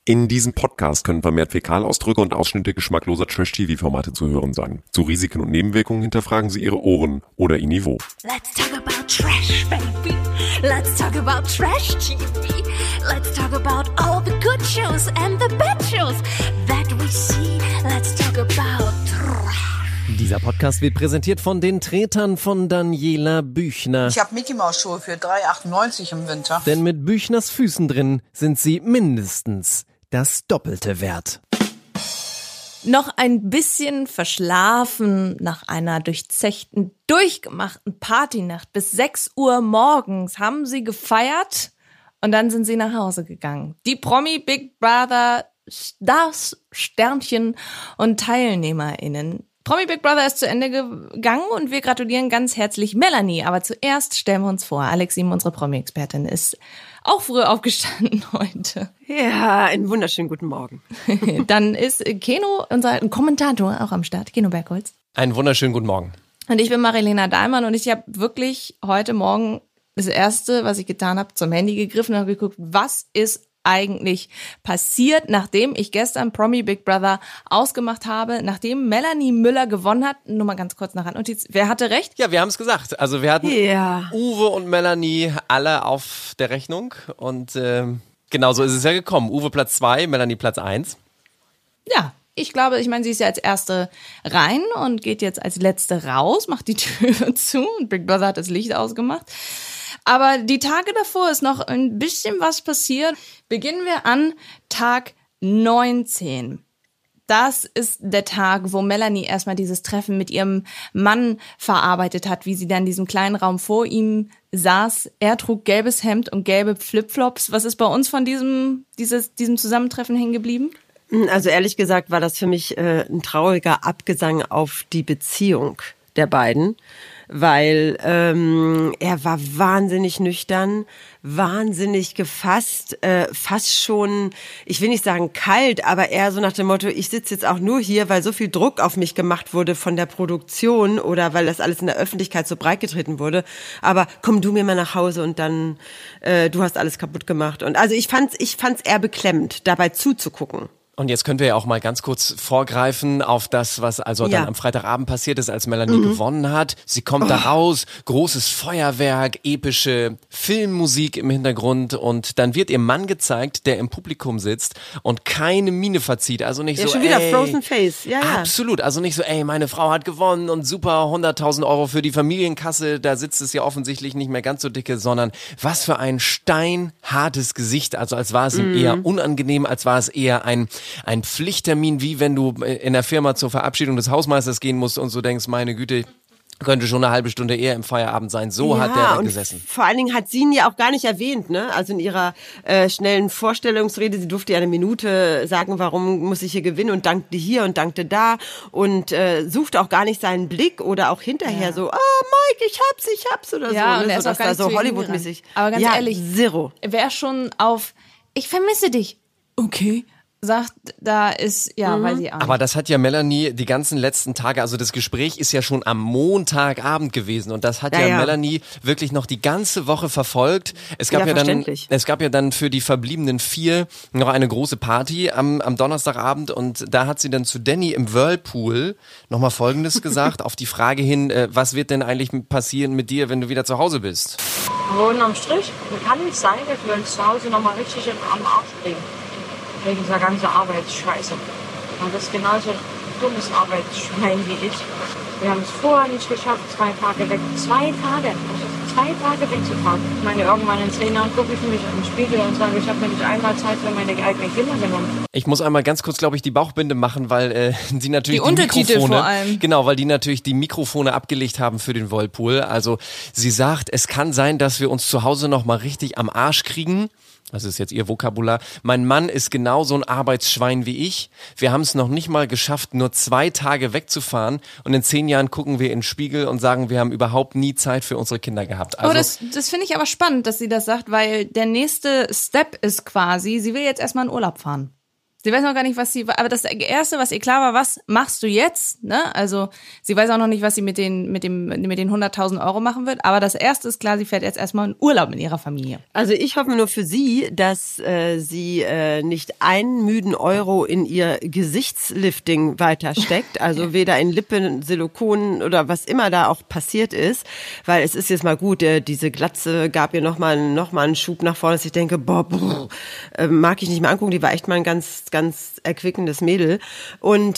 In diesem Podcast können vermehrt Fäkalausdrücke und Ausschnitte geschmackloser Trash-TV-Formate zu hören sein. Zu Risiken und Nebenwirkungen hinterfragen Sie Ihre Ohren oder Ihr Niveau. Let's talk about trash, baby. Let's talk about trash TV. Let's talk about all the good shows and the bad shows that we see. Let's talk about trash. Dieser Podcast wird präsentiert von den Tretern von Daniela Büchner. Ich habe Mickey-Maus-Schuhe für 3,98 im Winter. Denn mit Büchners Füßen drin sind sie mindestens das Doppelte wert. Noch ein bisschen verschlafen nach einer durchzechten, durchgemachten Partynacht. Bis 6 Uhr morgens haben sie gefeiert und dann sind sie nach Hause gegangen. Die Promi Big Brother Stars, Sternchen und TeilnehmerInnen. Promi Big Brother ist zu Ende gegangen und wir gratulieren ganz herzlich Melanie. Aber zuerst stellen wir uns vor, Alex Sieben, unsere Promi-Expertin, ist auch früh aufgestanden heute. Ja, einen wunderschönen guten Morgen. Dann ist Keno, unser Kommentator, auch am Start. Keno Bergholz. Einen wunderschönen guten Morgen. Und ich bin Marilena Dahlmann und ich habe wirklich heute Morgen das Erste, was ich getan habe, zum Handy gegriffen und habe geguckt, was ist eigentlich passiert, nachdem ich gestern Promi Big Brother ausgemacht habe, nachdem Melanie Müller gewonnen hat. Nur mal ganz kurz nach Randnotiz. Wer hatte recht? Ja, wir haben es gesagt. Also wir hatten Uwe und Melanie alle auf der Rechnung und genau so ist es ja gekommen. Uwe Platz 2, Melanie Platz 1. Ja, ich glaube, sie ist ja als Erste rein und geht jetzt als Letzte raus, macht die Tür zu und Big Brother hat das Licht ausgemacht. Aber die Tage davor ist noch ein bisschen was passiert. Beginnen wir an Tag 19. Das ist der Tag, wo Melanie erstmal dieses Treffen mit ihrem Mann verarbeitet hat, wie sie dann in diesem kleinen Raum vor ihm saß. Er trug gelbes Hemd und gelbe Flipflops. Was ist bei uns von diesem Zusammentreffen hängen geblieben? Also ehrlich gesagt war das für mich ein trauriger Abgesang auf die Beziehung der beiden. Weil er war wahnsinnig nüchtern, wahnsinnig gefasst, fast schon, ich will nicht sagen kalt, aber eher so nach dem Motto, ich sitze jetzt auch nur hier, weil so viel Druck auf mich gemacht wurde von der Produktion oder weil das alles in der Öffentlichkeit so breit getreten wurde. Aber komm du mir mal nach Hause und dann, du hast alles kaputt gemacht. Und also ich fand's eher beklemmend, dabei zuzugucken. Und jetzt können wir ja auch mal ganz kurz vorgreifen auf das, was also dann am Freitagabend passiert ist, als Melanie gewonnen hat. Sie kommt da raus, großes Feuerwerk, epische Filmmusik im Hintergrund und dann wird ihr Mann gezeigt, der im Publikum sitzt und keine Miene verzieht. Also nicht so, schon wieder Frozen Face. Ja. Absolut, also nicht so, meine Frau hat gewonnen und super 100.000 Euro für die Familienkasse, da sitzt es ja offensichtlich nicht mehr ganz so dicke, sondern was für ein steinhartes Gesicht, also als war es ihm eher unangenehm, als war es eher ein Pflichttermin, wie wenn du in der Firma zur Verabschiedung des Hausmeisters gehen musst und so denkst, meine Güte, könnte schon eine halbe Stunde eher im Feierabend sein. So hat der da gesessen. Vor allen Dingen hat sie ihn ja auch gar nicht erwähnt, ne? Also in ihrer schnellen Vorstellungsrede, sie durfte ja eine Minute sagen, warum muss ich hier gewinnen und dankte hier und dankte da und suchte auch gar nicht seinen Blick oder auch hinterher so, Mike, ich hab's oder so. Ja, und ne? er ist auch gar nicht so zu ihm Hollywood-mäßig. Aber ganz ehrlich, zero. Wer schon auf ich vermisse dich, okay, sagt, da ist, weiß ich auch nicht. Aber das hat ja Melanie die ganzen letzten Tage, also das Gespräch ist ja schon am Montagabend gewesen und das hat ja Melanie wirklich noch die ganze Woche verfolgt. Es gab ja dann für die verbliebenen 4 noch eine große Party am Donnerstagabend und da hat sie dann zu Danny im Whirlpool nochmal Folgendes gesagt, auf die Frage hin, was wird denn eigentlich passieren mit dir, wenn du wieder zu Hause bist? Aber unterm Strich, kann nicht sein, dass wir uns zu Hause nochmal richtig am Arsch kriegen. Wegen dieser ganzen Arbeitsscheiße. Und das ist genauso dummes Arbeitsschwein wie ich. Wir haben es vorher nicht geschafft, 2 Tage weg. 2 Tage. 2 Tage wegzufahren. Ich meine, irgendwann in 10 Jahren gucke ich mich im Spiegel und sage, ich habe mir nicht einmal Zeit für meine eigenen Kinder genommen. Ich muss einmal ganz kurz, glaube ich, die Bauchbinde machen, weil die natürlich die Untertitel Mikrofone, vor allem. Genau, weil die natürlich die Mikrofone abgelegt haben für den Whirlpool. Also sie sagt, es kann sein, dass wir uns zu Hause noch mal richtig am Arsch kriegen. Das ist jetzt ihr Vokabular. Mein Mann ist genauso ein Arbeitsschwein wie ich. Wir haben es noch nicht mal geschafft, nur 2 Tage wegzufahren. Und in 10 Jahren gucken wir in den Spiegel und sagen, wir haben überhaupt nie Zeit für unsere Kinder gehabt. Also, das finde ich aber spannend, dass sie das sagt, weil der nächste Step ist quasi, sie will jetzt erstmal in Urlaub fahren. Sie weiß noch gar nicht, aber das Erste, was ihr klar war, was machst du jetzt? Ne? Also sie weiß auch noch nicht, was sie mit den 100.000 Euro machen wird, aber das Erste ist klar, sie fährt jetzt erstmal in Urlaub mit ihrer Familie. Also ich hoffe nur für sie, dass sie nicht einen müden Euro in ihr Gesichtslifting weiter steckt, also weder in Lippen, Silikon oder was immer da auch passiert ist, weil es ist jetzt mal gut, diese Glatze gab ihr noch mal einen Schub nach vorne, dass ich denke, mag ich nicht mehr angucken, die war echt mal ein ganz erquickendes Mädel. Und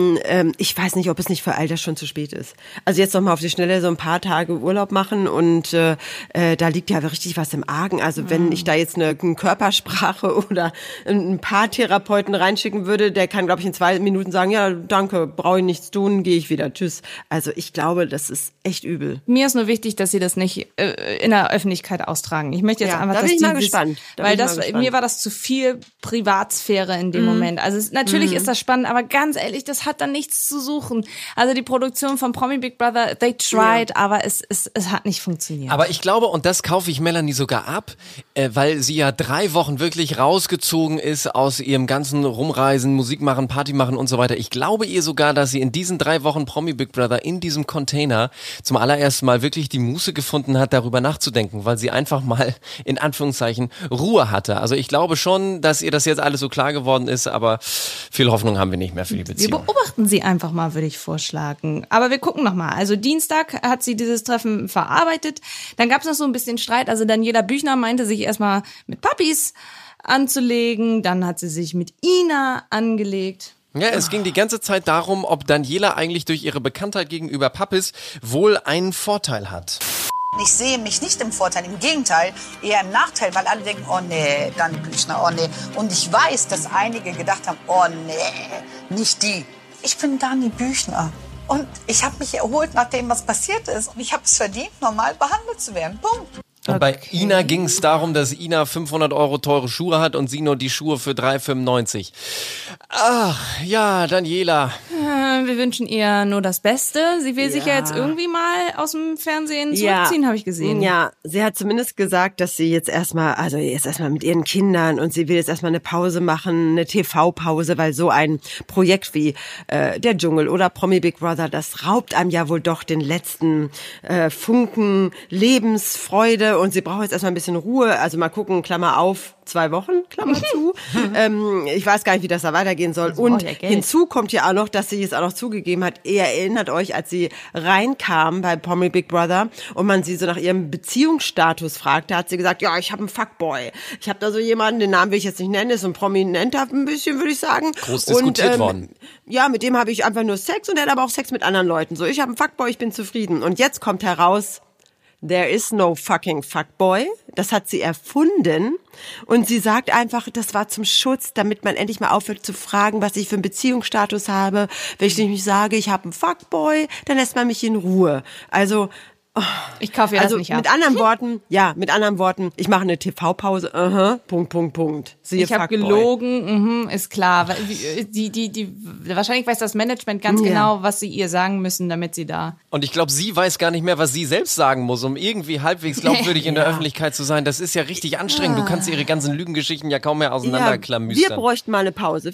ich weiß nicht, ob es nicht für all das schon zu spät ist. Also jetzt noch mal auf die Schnelle so ein paar Tage Urlaub machen und da liegt ja richtig was im Argen. Also wenn ich da jetzt eine Körpersprache oder ein Paartherapeuten reinschicken würde, der kann, glaube ich, in 2 Minuten sagen, ja, danke, brauche ich nichts tun, gehe ich wieder, tschüss. Also ich glaube, das ist echt übel. Mir ist nur wichtig, dass sie das nicht in der Öffentlichkeit austragen. Ich möchte jetzt einfach, da dass bin ich mal gespannt. Mir war das zu viel Privatsphäre in dem Moment. Also natürlich ist das spannend, aber ganz ehrlich, das hat dann nichts zu suchen. Also die Produktion von Promi Big Brother, they tried, aber es hat nicht funktioniert. Aber ich glaube, und das kaufe ich Melanie sogar ab, weil sie ja 3 Wochen wirklich rausgezogen ist aus ihrem ganzen Rumreisen, Musik machen, Party machen und so weiter. Ich glaube ihr sogar, dass sie in diesen 3 Wochen Promi Big Brother in diesem Container zum allerersten Mal wirklich die Muße gefunden hat, darüber nachzudenken, weil sie einfach mal in Anführungszeichen Ruhe hatte. Also ich glaube schon, dass ihr das jetzt alles so klar geworden ist, aber viel Hoffnung haben wir nicht mehr für die Beziehung. Wir beobachten sie einfach mal, würde ich vorschlagen. Aber wir gucken noch mal. Also Dienstag hat sie dieses Treffen verarbeitet. Dann gab es noch so ein bisschen Streit. Also Daniela Büchner meinte, sich erstmal mit Papis anzulegen. Dann hat sie sich mit Ina angelegt. Ja, es ging die ganze Zeit darum, ob Daniela eigentlich durch ihre Bekanntheit gegenüber Papis wohl einen Vorteil hat. Ich sehe mich nicht im Vorteil, im Gegenteil, eher im Nachteil, weil alle denken, oh nee, Dani Büchner, oh nee. Und ich weiß, dass einige gedacht haben, oh nee, nicht die. Ich bin Dani Büchner und ich habe mich erholt nach dem, was passiert ist. Und ich habe es verdient, normal behandelt zu werden. Punkt. Und bei Ina ging es darum, dass Ina 500 Euro teure Schuhe hat und sie nur die Schuhe für 3,95. Ach, ja, Daniela. Wir wünschen ihr nur das Beste. Sie will sich ja jetzt irgendwie mal aus dem Fernsehen zurückziehen, habe ich gesehen. Ja, sie hat zumindest gesagt, dass sie jetzt erstmal mit ihren Kindern und sie will jetzt erstmal eine Pause machen, eine TV-Pause, weil so ein Projekt wie der Dschungel oder Promi Big Brother, das raubt einem ja wohl doch den letzten Funken Lebensfreude. Und sie braucht jetzt erstmal ein bisschen Ruhe. Also mal gucken, Klammer auf, 2 Wochen, Klammer zu. Ich weiß gar nicht, wie das da weitergehen soll. Und hinzu kommt ja auch noch, dass sie es auch noch zugegeben hat. Ihr erinnert euch, als sie reinkam bei Promi Big Brother und man sie so nach ihrem Beziehungsstatus fragte, hat sie gesagt, ja, ich habe einen Fuckboy. Ich habe da so jemanden, den Namen will ich jetzt nicht nennen, ist ein Prominenter ein bisschen, würde ich sagen. Groß diskutiert worden. Ja, mit dem habe ich einfach nur Sex und er hat aber auch Sex mit anderen Leuten. So, ich habe einen Fuckboy, ich bin zufrieden. Und jetzt kommt heraus, there is no fucking fuckboy. Das hat sie erfunden. Und sie sagt einfach, das war zum Schutz, damit man endlich mal aufhört zu fragen, was ich für einen Beziehungsstatus habe. Wenn ich nämlich sage, ich habe einen Fuckboy, dann lässt man mich in Ruhe. Also, ich kaufe ihr das nicht ab. Mit anderen Worten, ich mache eine TV-Pause, Punkt. Siehe ich habe gelogen, ist klar. Wahrscheinlich weiß das Management ganz genau, was sie ihr sagen müssen, damit sie da... Und ich glaube, sie weiß gar nicht mehr, was sie selbst sagen muss, um irgendwie halbwegs glaubwürdig in der Öffentlichkeit zu sein. Das ist ja richtig anstrengend. Du kannst ihre ganzen Lügengeschichten ja kaum mehr auseinanderklamüstern. Wir bräuchten mal eine Pause.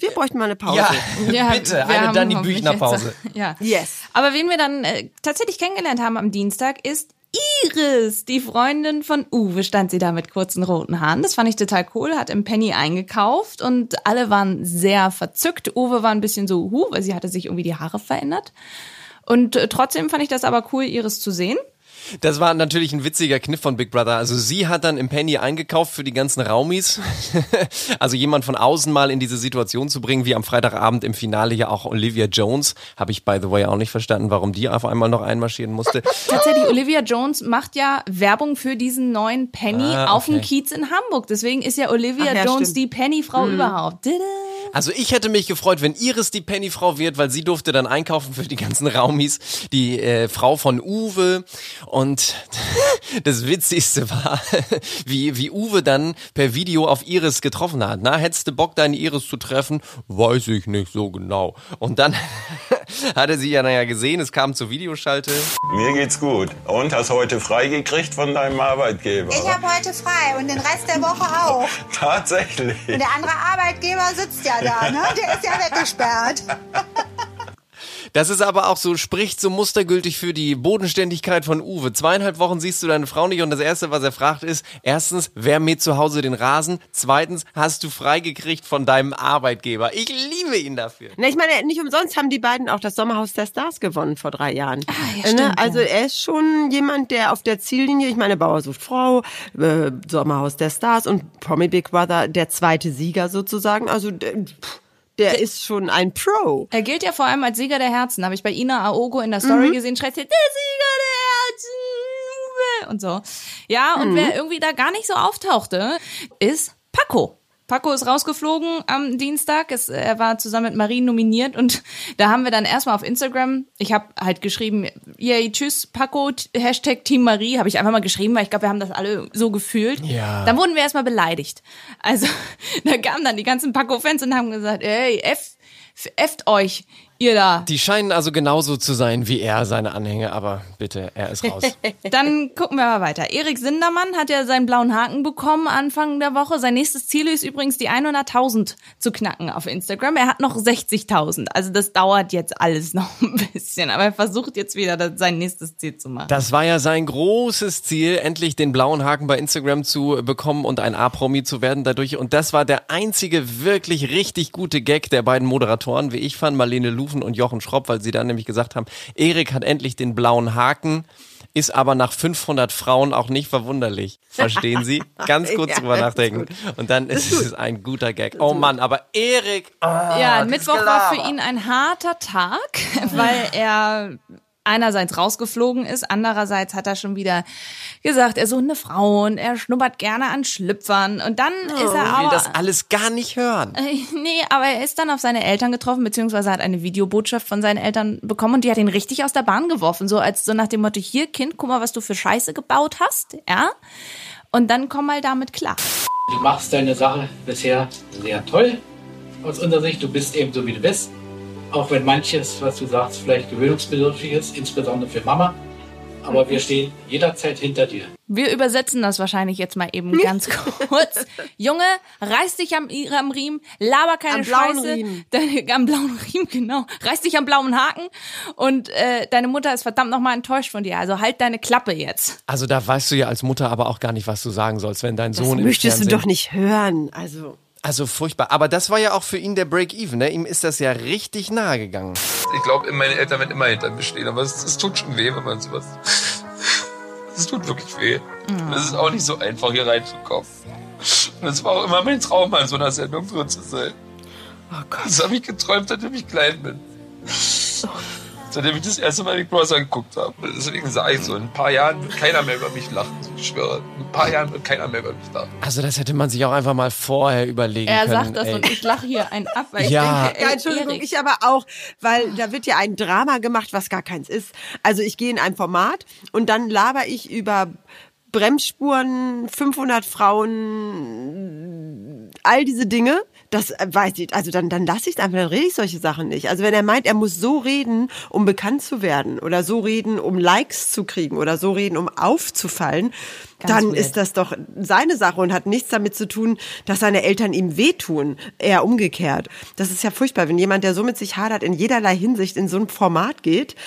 Ja, bitte, eine Dani Büchner-Pause. Ja. Yes. Aber wen wir dann tatsächlich kennengelernt haben am Dienstag ist Iris, die Freundin von Uwe, stand sie da mit kurzen roten Haaren. Das fand ich total cool, hat im Penny eingekauft und alle waren sehr verzückt. Uwe war ein bisschen so, weil sie hatte sich irgendwie die Haare verändert. Und trotzdem fand ich das aber cool, Iris zu sehen. Das war natürlich ein witziger Kniff von Big Brother. Also sie hat dann im Penny eingekauft für die ganzen Raumis. Also jemand von außen mal in diese Situation zu bringen, wie am Freitagabend im Finale ja auch Olivia Jones. Habe ich, by the way, auch nicht verstanden, warum die auf einmal noch einmarschieren musste. Tatsächlich, Olivia Jones macht ja Werbung für diesen neuen Penny auf dem Kiez in Hamburg. Deswegen ist ja Olivia Jones die Penny-Frau überhaupt. Also ich hätte mich gefreut, wenn Iris die Penny-Frau wird, weil sie durfte dann einkaufen für die ganzen Raumis. Die Frau von Uwe. Und das Witzigste war, wie Uwe dann per Video auf Iris getroffen hat. Na, hättest du Bock, deine Iris zu treffen? Weiß ich nicht so genau. Und dann hatte sie ja gesehen, es kam zur Videoschalte. Mir geht's gut. Und hast heute frei gekriegt von deinem Arbeitgeber? Ich habe heute frei und den Rest der Woche auch. Tatsächlich. Und der andere Arbeitgeber sitzt ja da, ne? Der ist ja weggesperrt. Das ist aber auch so, spricht so mustergültig für die Bodenständigkeit von Uwe. 2,5 Wochen siehst du deine Frau nicht und das Erste, was er fragt, ist, erstens, wer mäht zu Hause den Rasen? Zweitens, hast du freigekriegt von deinem Arbeitgeber? Ich liebe ihn dafür. Na, ich meine, nicht umsonst haben die beiden auch das Sommerhaus der Stars gewonnen vor 3 Jahren. Ah, ja, stimmt, also er ist schon jemand, der auf der Ziellinie, ich meine, Bauer sucht Frau, Sommerhaus der Stars und Promi Big Brother, der zweite Sieger sozusagen. Also der ist schon ein Pro. Er gilt ja vor allem als Sieger der Herzen. Habe ich bei Ina Aogo in der Story gesehen, schreit sie, der Sieger der Herzen und so. Ja, und wer irgendwie da gar nicht so auftauchte, ist Paco. Paco ist rausgeflogen am Dienstag. Er war zusammen mit Marie nominiert und da haben wir dann erstmal auf Instagram, ich habe halt geschrieben, yay, tschüss Paco, Hashtag Team Marie, habe ich einfach mal geschrieben, weil ich glaube, wir haben das alle so gefühlt. Ja. Dann wurden wir erstmal beleidigt. Also da kamen dann die ganzen Paco-Fans und haben gesagt, ey, F't euch, ihr da. Die scheinen also genauso zu sein wie er, seine Anhänger, aber bitte, er ist raus. Dann gucken wir mal weiter. Erik Sindermann hat ja seinen blauen Haken bekommen Anfang der Woche. Sein nächstes Ziel ist übrigens, die 100.000 zu knacken auf Instagram. Er hat noch 60.000. Also das dauert jetzt alles noch ein bisschen. Aber er versucht jetzt wieder sein nächstes Ziel zu machen. Das war ja sein großes Ziel, endlich den blauen Haken bei Instagram zu bekommen und ein A-Promi zu werden dadurch. Und das war der einzige wirklich richtig gute Gag der beiden Moderatoren, wie ich fand, Marlene Lufen und Jochen Schropp, weil sie dann nämlich gesagt haben, Erik hat endlich den blauen Haken, ist aber nach 500 Frauen auch nicht verwunderlich. Verstehen Sie? Ganz kurz drüber nachdenken. Und dann ist es ein guter Gag. Oh Mann, aber Erik... Mittwoch war für ihn ein harter Tag, weil er einerseits rausgeflogen ist, andererseits hat er schon wieder gesagt, er sucht eine Frau und er schnuppert gerne an Schlüpfern und dann ist er aber... Ich will das alles gar nicht hören. Nee, aber er ist dann auf seine Eltern getroffen, beziehungsweise hat eine Videobotschaft von seinen Eltern bekommen und die hat ihn richtig aus der Bahn geworfen, so nach dem Motto, hier Kind, guck mal, was du für Scheiße gebaut hast, ja? Und dann komm mal damit klar. Du machst deine Sache bisher sehr toll, aus unserer Sicht, du bist eben so, wie du bist. Auch wenn manches, was du sagst, vielleicht gewöhnungsbedürftig ist, insbesondere für Mama. Aber wir stehen jederzeit hinter dir. Wir übersetzen das wahrscheinlich jetzt mal eben ganz kurz. Junge, reiß dich am Riemen, laber keine Scheiße. Am blauen Riemen, genau. Reiß dich am blauen Haken und deine Mutter ist verdammt nochmal enttäuscht von dir. Also halt deine Klappe jetzt. Also da weißt du ja als Mutter aber auch gar nicht, was du sagen sollst, wenn dein Sohn im möchtest Fernsehen... du doch nicht hören, Also furchtbar. Aber das war ja auch für ihn der Break-Even, ne? Ihm ist das ja richtig nahe gegangen. Ich glaube, meine Eltern werden immer hinter mir stehen, aber es tut schon weh, wenn man sowas... Es tut wirklich weh. Es ist auch nicht so einfach, hier reinzukommen. Und es war auch immer mein Traum, an so einer Sendung drin zu sein. Oh Gott. Das habe ich geträumt, seitdem ich klein bin. Seitdem ich das erste Mal Big Brother geguckt habe. Deswegen sage ich so, in ein paar Jahren wird keiner mehr über mich lachen. Ich schwöre, in ein paar Jahren wird keiner mehr über mich lachen. Also das hätte man sich auch einfach mal vorher überlegen können. Er sagt das und ich lache hier einen ab, weil ich Ja. denke, Ja, Entschuldigung, Erik. ich aber auch, weil da wird ja ein Drama gemacht, was gar keins ist. Also ich gehe in ein Format und dann laber ich über Bremsspuren, 500 Frauen, all diese Dinge. Das weiß ich, also dann lasse ich es einfach, dann rede ich solche Sachen nicht. Also wenn er meint, er muss so reden, um bekannt zu werden oder so reden, um Likes zu kriegen oder so reden, um aufzufallen, dann ist das doch seine Sache und hat nichts damit zu tun, dass seine Eltern ihm wehtun. Eher umgekehrt. Das ist ja furchtbar, wenn jemand, der so mit sich hadert, in jederlei Hinsicht in so ein Format geht.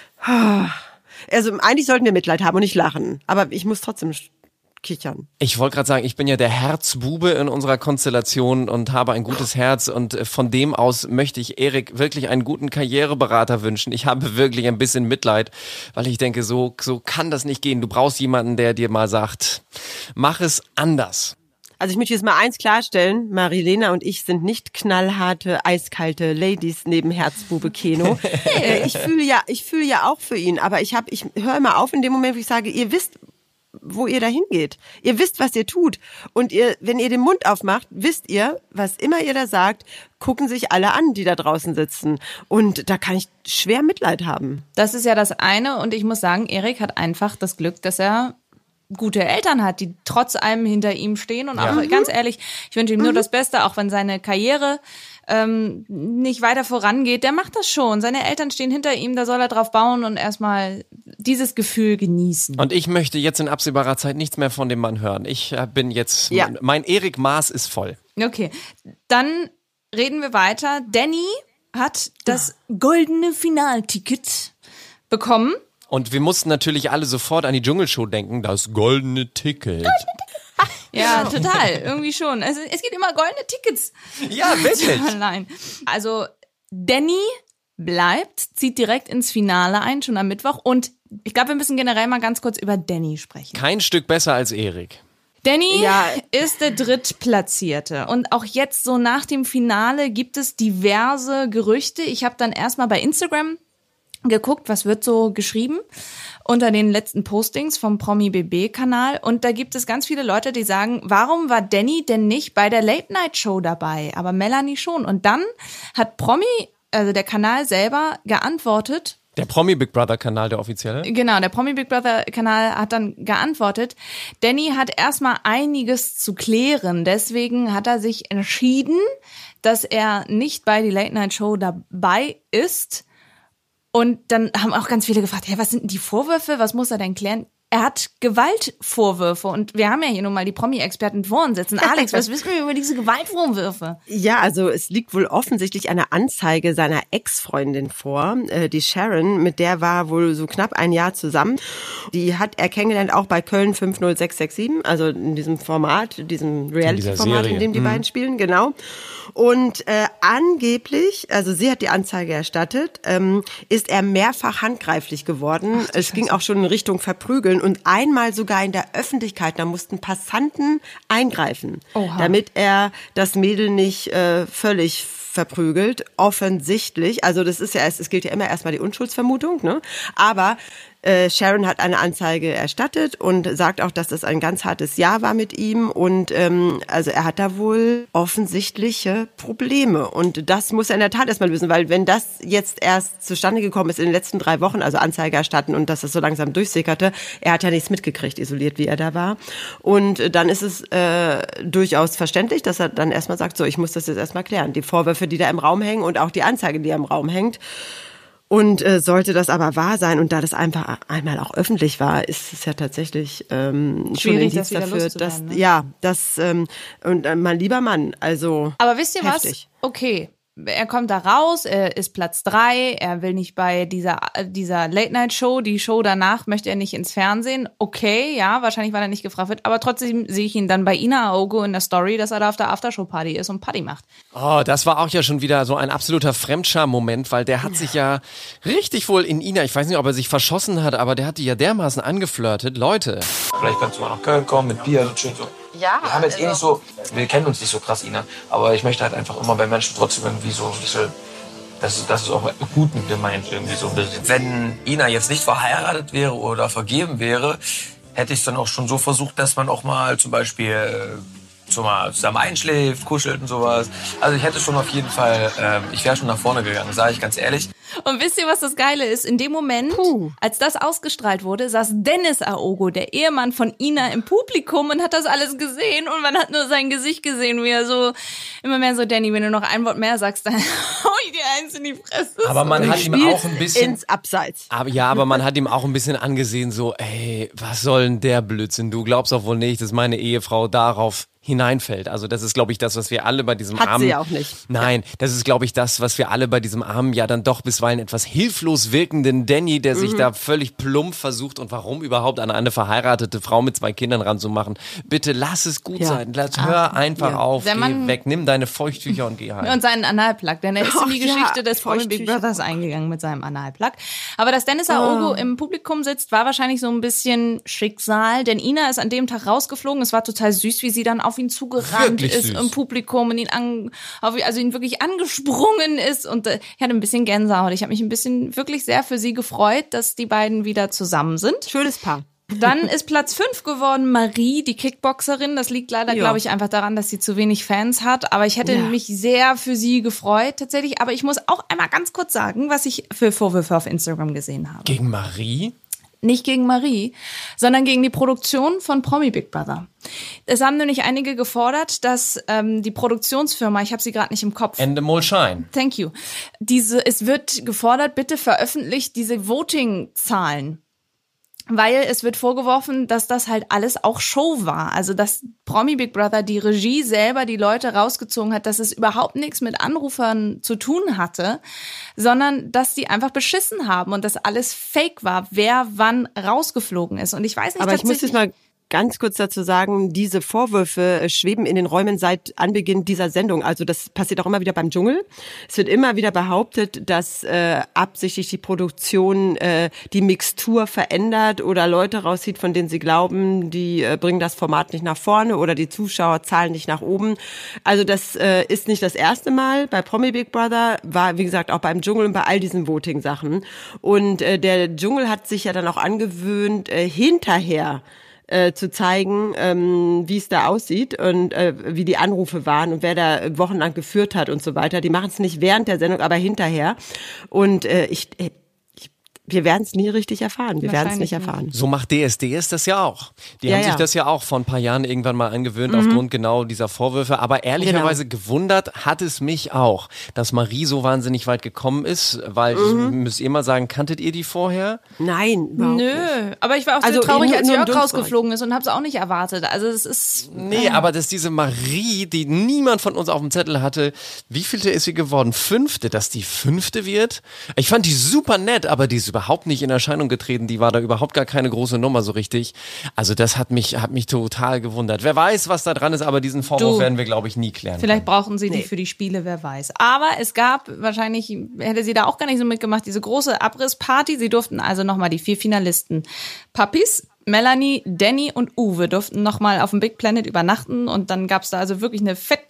Also eigentlich sollten wir Mitleid haben und nicht lachen. Aber ich muss trotzdem kichern. Ich wollte gerade sagen, ich bin ja der Herzbube in unserer Konstellation und habe ein gutes Herz und von dem aus möchte ich Erik wirklich einen guten Karriereberater wünschen. Ich habe wirklich ein bisschen Mitleid, weil ich denke, so kann das nicht gehen. Du brauchst jemanden, der dir mal sagt, mach es anders. Also ich möchte jetzt mal eins klarstellen, Marilena und ich sind nicht knallharte, eiskalte Ladies neben Herzbube Keno. Ich fühle ja auch für ihn, aber ich höre immer auf in dem Moment, wo ich sage, ihr wisst, wo ihr dahin geht. Ihr wisst, was ihr tut. Und wenn ihr den Mund aufmacht, wisst ihr, was immer ihr da sagt, gucken sich alle an, die da draußen sitzen. Und da kann ich schwer Mitleid haben. Das ist ja das eine und ich muss sagen, Erik hat einfach das Glück, dass er gute Eltern hat, die trotz allem hinter ihm stehen und auch ganz ehrlich, ich wünsche ihm nur das Beste, auch wenn seine Karriere nicht weiter vorangeht, der macht das schon. Seine Eltern stehen hinter ihm, da soll er drauf bauen und erstmal dieses Gefühl genießen. Und ich möchte jetzt in absehbarer Zeit nichts mehr von dem Mann hören. Ich bin jetzt, mein Erik Maas ist voll. Okay, dann reden wir weiter. Danny hat das goldene Finalticket bekommen. Und wir mussten natürlich alle sofort an die Dschungelshow denken, das goldene Ticket. Ja, total, irgendwie schon. Es gibt immer goldene Tickets. Ja, wirklich. Nein. Also Danny bleibt, zieht direkt ins Finale ein, schon am Mittwoch. Und ich glaube, wir müssen generell mal ganz kurz über Danny sprechen. Kein Stück besser als Erik. Danny ist der Drittplatzierte. Und auch jetzt so nach dem Finale gibt es diverse Gerüchte. Ich habe dann erstmal bei Instagram geguckt, was wird so geschrieben unter den letzten Postings vom Promi-BB-Kanal. Und da gibt es ganz viele Leute, die sagen, warum war Danny denn nicht bei der Late-Night-Show dabei? Aber Melanie schon. Und dann hat also der Kanal selber geantwortet. Der Promi-Big Brother-Kanal, der offizielle? Genau, der Promi-Big Brother-Kanal hat dann geantwortet, Danny hat erstmal einiges zu klären. Deswegen hat er sich entschieden, dass er nicht bei die Late-Night-Show dabei ist. Und dann haben auch ganz viele gefragt, was sind denn die Vorwürfe? Was muss er denn klären? Er hat Gewaltvorwürfe und wir haben ja hier nun mal die Promi-Experten vor uns sitzen. Alex, was wissen wir über diese Gewaltvorwürfe? Ja, also es liegt wohl offensichtlich eine Anzeige seiner Ex-Freundin vor, die Sharon, mit der war wohl so knapp ein Jahr zusammen. Die hat er kennengelernt auch bei Köln 50667, also in diesem Format, diesem Reality-Format, in dem die beiden spielen, genau. Und angeblich, also sie hat die Anzeige erstattet, ist er mehrfach handgreiflich geworden. Es ging auch schon in Richtung Verprügeln und einmal sogar in der Öffentlichkeit. Da mussten Passanten eingreifen, damit er das Mädel nicht völlig verprügelt. Offensichtlich, also das ist ja, es gilt ja immer erstmal die Unschuldsvermutung, ne? Aber Sharon hat eine Anzeige erstattet und sagt auch, dass das ein ganz hartes Jahr war mit ihm und also er hat da wohl offensichtliche Probleme und das muss er in der Tat erstmal lösen, weil wenn das jetzt erst zustande gekommen ist in den letzten 3 Wochen, also Anzeige erstatten und dass es so langsam durchsickerte, er hat ja nichts mitgekriegt, isoliert wie er da war und dann ist es durchaus verständlich, dass er dann erstmal sagt, so, ich muss das jetzt erstmal klären, die Vorwürfe, die da im Raum hängen und auch die Anzeige, die im Raum hängt. Und sollte das aber wahr sein und da das einfach einmal auch öffentlich war, ist es ja tatsächlich schon ein Indiz dafür, dass und mein lieber Mann, also aber wisst ihr heftig. Was? Okay. Er kommt da raus, er ist Platz 3, er will nicht bei dieser Late-Night-Show, die Show danach möchte er nicht ins Fernsehen. Okay, ja, wahrscheinlich, weil er nicht gefragt wird, aber trotzdem sehe ich ihn dann bei Ina Aogo in der Story, dass er da auf der Aftershow-Party ist und Party macht. Oh, das war auch ja schon wieder so ein absoluter Fremdscham-Moment, weil der hat sich ja richtig wohl in Ina, ich weiß nicht, ob er sich verschossen hat, aber der hat die ja dermaßen angeflirtet. Leute. Vielleicht kannst du mal nach Köln kommen mit Bier und schön so. Ja, wir haben jetzt nicht so, wir kennen uns nicht so krass, Ina, aber ich möchte halt einfach immer bei Menschen trotzdem irgendwie so ein bisschen, das ist auch gut gemeint irgendwie so ein bisschen. Wenn Ina jetzt nicht verheiratet wäre oder vergeben wäre, hätte ich es dann auch schon so versucht, dass man auch mal zum Beispiel zusammen einschläft, kuschelt und sowas. Also ich hätte schon auf jeden Fall, ich wäre schon nach vorne gegangen, sage ich ganz ehrlich. Und wisst ihr, was das Geile ist? In dem Moment, als das ausgestrahlt wurde, saß Dennis Aogo, der Ehemann von Ina, im Publikum und hat das alles gesehen und man hat nur sein Gesicht gesehen, wie er so immer mehr so, Danny, wenn du noch ein Wort mehr sagst, dann hau ich dir eins in die Fresse. Aber man hat ihm auch ein bisschen ins Abseits. Aber man hat ihm auch ein bisschen angesehen, so, ey, was soll denn der Blödsinn? Du glaubst doch wohl nicht, dass meine Ehefrau darauf hineinfällt. Also das ist, glaube ich, das, was wir alle bei diesem Hat sie auch nicht. Nein, das ist, glaube ich, das, was wir alle bei diesem armen, ja dann doch bisweilen etwas hilflos wirkenden Danny, der sich da völlig plump versucht und warum überhaupt an eine verheiratete Frau mit 2 Kindern ranzumachen. Bitte lass es gut sein. Hör einfach auf, geh weg, nimm deine Feuchttücher und geh heim. Und seinen Analplug, denn er ist in die Geschichte des Promi Big Brothers eingegangen mit seinem Analplug. Aber dass Dennis Aogo im Publikum sitzt, war wahrscheinlich so ein bisschen Schicksal, denn Ina ist an dem Tag rausgeflogen. Es war total süß, wie sie dann auf ihn zugerannt ist im Publikum und ihn wirklich angesprungen ist und ich hatte ein bisschen Gänsehaut. Ich habe mich ein bisschen wirklich sehr für sie gefreut, dass die beiden wieder zusammen sind. Schönes Paar. Dann ist Platz 5 geworden Marie, die Kickboxerin. Das liegt leider, glaube ich, einfach daran, dass sie zu wenig Fans hat. Aber ich hätte mich sehr für sie gefreut, tatsächlich. Aber ich muss auch einmal ganz kurz sagen, was ich für Vorwürfe auf Instagram gesehen habe. Gegen Marie? Nicht gegen Marie, sondern gegen die Produktion von Promi Big Brother. Es haben nämlich einige gefordert, dass die Produktionsfirma, ich habe sie gerade nicht im Kopf. Endemol Shine. Thank you. Es wird gefordert, bitte veröffentlicht diese Voting-Zahlen. Weil es wird vorgeworfen, dass das halt alles auch Show war. Also dass Promi Big Brother, die Regie selber die Leute rausgezogen hat, dass es überhaupt nichts mit Anrufern zu tun hatte, sondern dass die einfach beschissen haben und dass alles fake war, wer wann rausgeflogen ist. Und ich weiß nicht, aber ich muss jetzt mal ganz kurz dazu sagen, diese Vorwürfe schweben in den Räumen seit Anbeginn dieser Sendung. Also das passiert auch immer wieder beim Dschungel. Es wird immer wieder behauptet, dass absichtlich die Produktion die Mixtur verändert oder Leute rauszieht, von denen sie glauben, die bringen das Format nicht nach vorne oder die Zuschauerzahlen nicht nach oben. Also das ist nicht das erste Mal. Bei Promi Big Brother war, wie gesagt, auch beim Dschungel und bei all diesen Voting-Sachen. Und der Dschungel hat sich ja dann auch angewöhnt, hinterher zu zeigen, wie es da aussieht und wie die Anrufe waren und wer da wochenlang geführt hat und so weiter. Die machen es nicht während der Sendung, aber hinterher. Und wir werden es nie richtig erfahren. Wir werden es nicht erfahren. So macht DSDS das ja auch. Die haben sich das ja auch vor ein paar Jahren irgendwann mal angewöhnt, aufgrund genau dieser Vorwürfe. Aber ehrlicherweise gewundert hat es mich auch, dass Marie so wahnsinnig weit gekommen ist. Weil, müsst ihr mal sagen, kanntet ihr die vorher? Nein, überhaupt nicht. Aber ich war auch so traurig, als Jörg rausgeflogen ist und habe es auch nicht erwartet. Also es ist... Nee, aber dass diese Marie, die niemand von uns auf dem Zettel hatte, wie vielte ist sie geworden? 5., dass die 5. wird? Ich fand die super nett, aber die ist überhaupt nicht in Erscheinung getreten, die war da überhaupt gar keine große Nummer so richtig. Also das hat mich total gewundert. Wer weiß, was da dran ist, aber diesen Vorwurf werden wir, glaube ich, nie klären. Vielleicht brauchen sie die für die Spiele, wer weiß. Aber es gab, wahrscheinlich hätte sie da auch gar nicht so mitgemacht, diese große Abrissparty. Sie durften also nochmal die 4 Finalisten. Papis, Melanie, Danny und Uwe durften nochmal auf dem Big Planet übernachten und dann gab's da also wirklich eine fette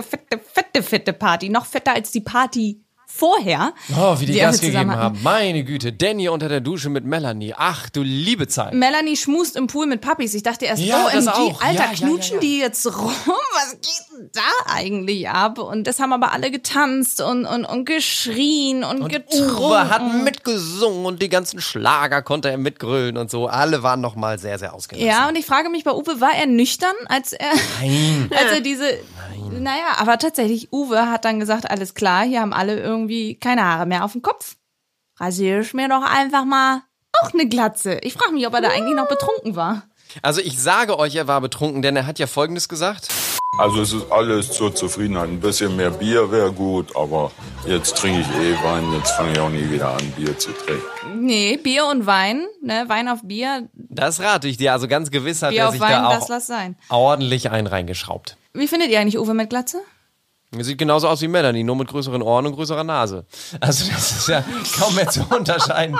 Party. Noch fetter als die Party vorher. Oh, wie die Gas gegeben haben. Meine Güte, Danny unter der Dusche mit Melanie. Ach, du liebe Zeit. Melanie schmust im Pool mit Papis. Ich dachte erst, OMG, Alter, knutschen die jetzt rum? Was geht denn da eigentlich ab? Und das haben aber alle getanzt und geschrien und getrunken. Uwe hat mitgesungen und die ganzen Schlager konnte er mitgrölen und so. Alle waren noch mal sehr, sehr ausgelassen. Ja, und ich frage mich bei Uwe, war er nüchtern, als er diese... Nein. Naja, aber tatsächlich, Uwe hat dann gesagt, alles klar, hier haben alle irgendwie keine Haare mehr auf dem Kopf. Rasiere ich mir doch einfach mal auch eine Glatze. Ich frage mich, ob er da eigentlich noch betrunken war. Also ich sage euch, er war betrunken, denn er hat ja Folgendes gesagt. Also es ist alles zur Zufriedenheit. Ein bisschen mehr Bier wäre gut, aber jetzt trinke ich Wein, jetzt fange ich auch nie wieder an, Bier zu trinken. Nee, Bier und Wein, ne, Wein auf Bier. Das rate ich dir, also ganz gewiss hat Bier er sich auf Wein, da auch lass sein. Ordentlich reingeschraubt. Wie findet ihr eigentlich Uwe mit Glatze? Er sieht genauso aus wie Melanie, nur mit größeren Ohren und größerer Nase. Also das ist ja kaum mehr zu unterscheiden.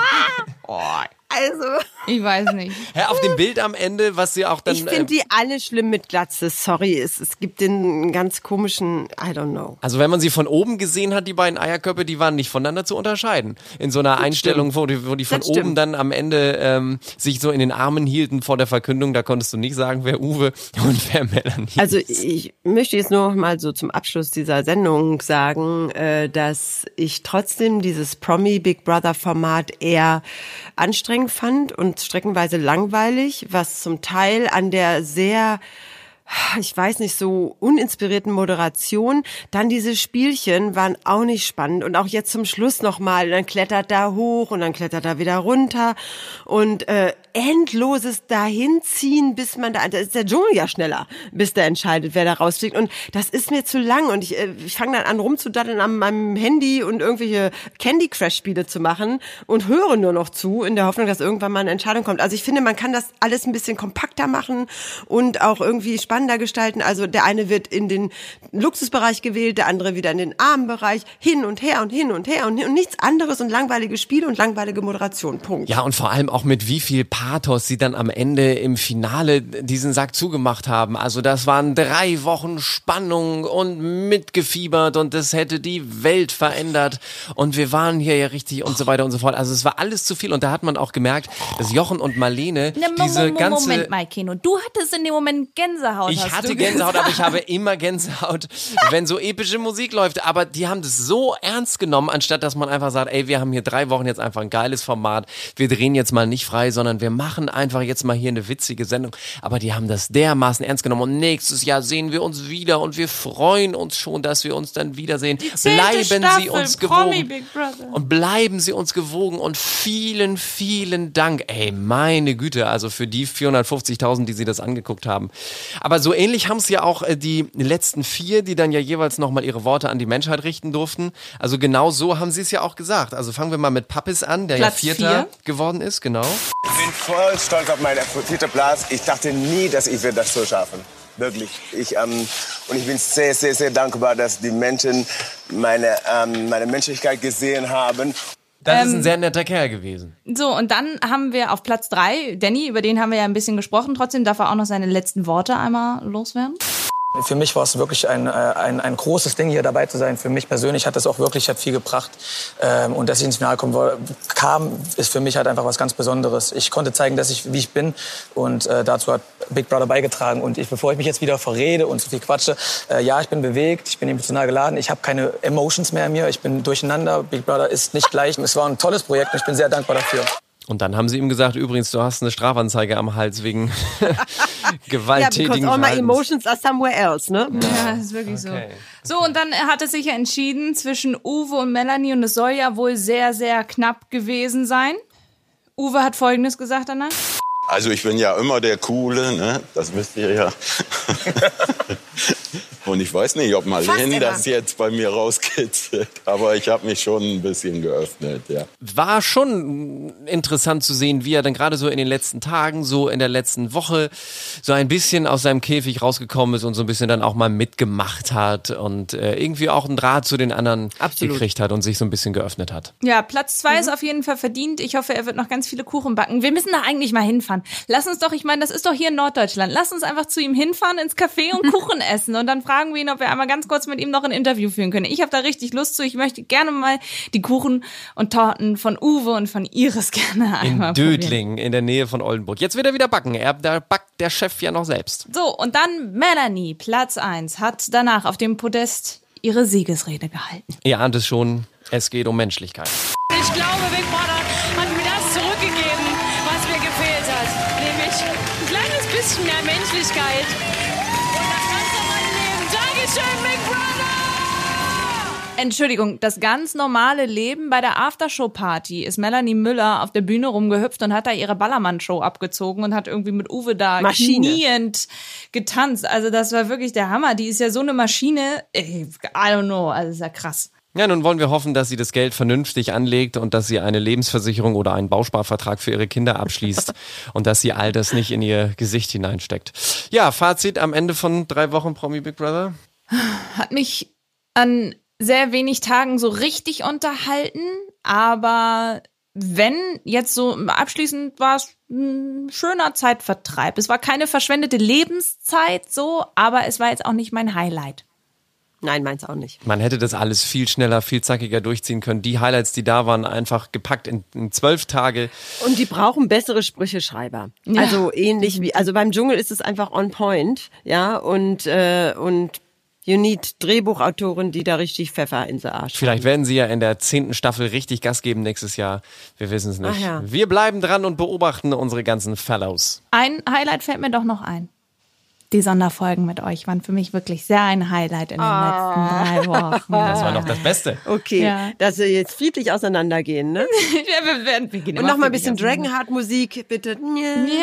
Also... Ich weiß nicht. Ja, auf dem Bild am Ende, was sie auch dann... Ich finde die alle schlimm mit Glatze, sorry. Es gibt den ganz komischen, I don't know. Also wenn man sie von oben gesehen hat, die beiden Eierköpfe, die waren nicht voneinander zu unterscheiden. In so einer Einstellung, wo die von oben dann am Ende sich so in den Armen hielten vor der Verkündung, da konntest du nicht sagen, wer Uwe und wer Melanie ist. Also ich möchte jetzt nur noch mal so zum Abschluss dieser Sendung sagen, dass ich trotzdem dieses Promi Big Brother Format eher anstrengend fand und streckenweise langweilig, was zum Teil an der sehr, ich weiß nicht, so uninspirierten Moderation. Dann diese Spielchen waren auch nicht spannend. Und auch jetzt zum Schluss nochmal, dann klettert da hoch und dann klettert da wieder runter. Und endloses Dahinziehen, bis man da ist der Dschungel ja schneller, bis der entscheidet, wer da rausfliegt. Und das ist mir zu lang. Und ich fange dann an rumzudaddeln an meinem Handy und irgendwelche Candy Crush Spiele zu machen und höre nur noch zu, in der Hoffnung, dass irgendwann mal eine Entscheidung kommt. Also ich finde, man kann das alles ein bisschen kompakter machen und auch irgendwie spannender gestalten. Also der eine wird in den Luxusbereich gewählt, der andere wieder in den armen Bereich, hin und her und hin und her und nichts anderes und langweilige Spiele und langweilige Moderation. Punkt. Ja, und vor allem auch mit wie viel Pathos sie dann am Ende im Finale diesen Sack zugemacht haben. Also das waren 3 Wochen Spannung und mitgefiebert und das hätte die Welt verändert und wir waren hier ja richtig und so weiter und so fort. Also es war alles zu viel und da hat man auch gemerkt, dass Jochen und Marlene Moment mal, Keno, du hattest in dem Moment Gänsehaut. Ich hatte Gänsehaut, aber ich habe immer Gänsehaut, wenn so epische Musik läuft. Aber die haben das so ernst genommen, anstatt dass man einfach sagt, ey, wir haben hier 3 Wochen jetzt einfach ein geiles Format. Wir drehen jetzt mal nicht frei, sondern wir machen einfach jetzt mal hier eine witzige Sendung. Aber die haben das dermaßen ernst genommen. Und nächstes Jahr sehen wir uns wieder und wir freuen uns schon, dass wir uns dann wiedersehen. Bleiben Sie uns gewogen. Und bleiben Sie uns gewogen. Und vielen, vielen Dank. Ey, meine Güte, also für die 450.000, die Sie das angeguckt haben. Aber so ähnlich haben es ja auch die letzten 4, die dann ja jeweils nochmal ihre Worte an die Menschheit richten durften. Also genau so haben sie es ja auch gesagt. Also fangen wir mal mit Pappis an, der Platz ja 4. geworden ist, genau. Ich bin voll stolz auf meinen 4. Platz. Ich dachte nie, dass ich das so schaffen. Wirklich. Und ich bin sehr, sehr, sehr dankbar, dass die Menschen meine Menschlichkeit gesehen haben. Das ist ein sehr netter Kerl gewesen. So, und dann haben wir auf Platz 3 Danny, über den haben wir ja ein bisschen gesprochen. Trotzdem darf er auch noch seine letzten Worte einmal loswerden. Für mich war es wirklich ein großes Ding, hier dabei zu sein. Für mich persönlich hat das auch wirklich viel gebracht. Und dass ich ins Finale kam, ist für mich halt einfach was ganz Besonderes. Ich konnte zeigen, wie ich bin. Und dazu hat Big Brother beigetragen. Und bevor ich mich jetzt wieder verrede und zu viel quatsche, ja, ich bin bewegt, ich bin emotional geladen. Ich habe keine Emotions mehr in mir. Ich bin durcheinander. Big Brother ist nicht gleich. Es war ein tolles Projekt und ich bin sehr dankbar dafür. Und dann haben sie ihm gesagt, übrigens, du hast eine Strafanzeige am Hals wegen gewalttätigen Verhaltens. All my emotions are somewhere else, ne? Ja, das ist wirklich so. So, und dann hat es sich ja entschieden zwischen Uwe und Melanie und es soll ja wohl sehr, sehr knapp gewesen sein. Uwe hat Folgendes gesagt danach. Also ich bin ja immer der Coole, ne? Das wisst ihr ja. Und ich weiß nicht, ob Marlene das jetzt bei mir rauskitzelt, aber ich habe mich schon ein bisschen geöffnet, ja. War schon interessant zu sehen, wie er dann gerade so in den letzten Tagen, so in der letzten Woche, so ein bisschen aus seinem Käfig rausgekommen ist und so ein bisschen dann auch mal mitgemacht hat und irgendwie auch einen Draht zu den anderen gekriegt hat und sich so ein bisschen geöffnet hat. Ja, Platz 2 ist auf jeden Fall verdient. Ich hoffe, er wird noch ganz viele Kuchen backen. Wir müssen da eigentlich mal hinfahren. Lass uns doch, ich meine, das ist doch hier in Norddeutschland. Lass uns einfach zu ihm hinfahren ins Café und Kuchen essen und dann fragen wir ihn, ob wir einmal ganz kurz mit ihm noch ein Interview führen können. Ich habe da richtig Lust zu. Ich möchte gerne mal die Kuchen und Torten von Uwe und von Iris gerne einmal probieren. In Dödlingen, in der Nähe von Oldenburg. Jetzt wird er wieder backen. Da backt der Chef ja noch selbst. So, und dann Melanie, Platz 1, hat danach auf dem Podest ihre Siegesrede gehalten. Ihr ahnt es schon, es geht um Menschlichkeit. Ich glaube, Big Brother hat mir das zurückgegeben, was mir gefehlt hat. Nämlich ein kleines bisschen mehr Menschlichkeit. Und das ganz normale Leben. Dankeschön, Big Brother! Entschuldigung, das ganz normale Leben bei der Aftershow-Party ist Melanie Müller auf der Bühne rumgehüpft und hat da ihre Ballermann-Show abgezogen und hat irgendwie mit Uwe da kniend getanzt. Also das war wirklich der Hammer. Die ist ja so eine Maschine. I don't know, also ist ja krass. Ja, nun wollen wir hoffen, dass sie das Geld vernünftig anlegt und dass sie eine Lebensversicherung oder einen Bausparvertrag für ihre Kinder abschließt und dass sie all das nicht in ihr Gesicht hineinsteckt. Ja, Fazit am Ende von 3 Wochen Promi Big Brother? Hat mich an sehr wenig Tagen so richtig unterhalten, aber wenn jetzt so abschließend war es ein schöner Zeitvertreib. Es war keine verschwendete Lebenszeit so, aber es war jetzt auch nicht mein Highlight. Nein, meins auch nicht. Man hätte das alles viel schneller, viel zackiger durchziehen können. Die Highlights, die da waren, einfach gepackt in 12 Tage. Und die brauchen bessere Sprücheschreiber. Ja. Also ähnlich wie, also beim Dschungel ist es einfach on point, ja, und you need Drehbuchautoren, die da richtig Pfeffer in den Arsch haben. Vielleicht werden sie ja in der 10. Staffel richtig Gas geben nächstes Jahr. Wir wissen es nicht. Ja. Wir bleiben dran und beobachten unsere ganzen Fellows. Ein Highlight fällt mir doch noch ein. Die Sonderfolgen mit euch waren für mich wirklich sehr ein Highlight in den letzten 3 Wochen. Das war noch das Beste. Okay, ja. Dass wir jetzt friedlich auseinandergehen, ne? wir gehen und noch mal ein bisschen Dragonheart-Musik, bitte. Oh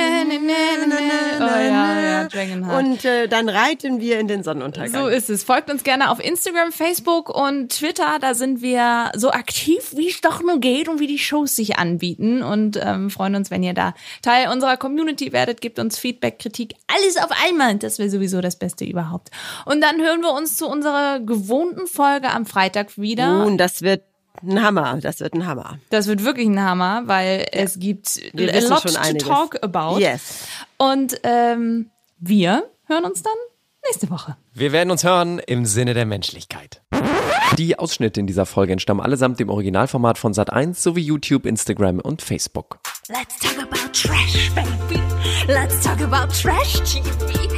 ja, Dragonheart. Und dann reiten wir in den Sonnenuntergang. So ist es. Folgt uns gerne auf Instagram, Facebook und Twitter. Da sind wir so aktiv, wie es doch nur geht und wie die Shows sich anbieten. Und freuen uns, wenn ihr da Teil unserer Community werdet. Gebt uns Feedback, Kritik, alles auf einmal. Das wäre sowieso das Beste überhaupt. Und dann hören wir uns zu unserer gewohnten Folge am Freitag wieder. Und das wird ein Hammer. Das wird ein Hammer. Das wird wirklich ein Hammer, weil es gibt a lot to talk about. Yes. Und wir hören uns dann nächste Woche. Wir werden uns hören im Sinne der Menschlichkeit. Die Ausschnitte in dieser Folge entstammen allesamt dem Originalformat von Sat1 sowie YouTube, Instagram und Facebook. Let's talk about trash, baby. Let's talk about trash TV.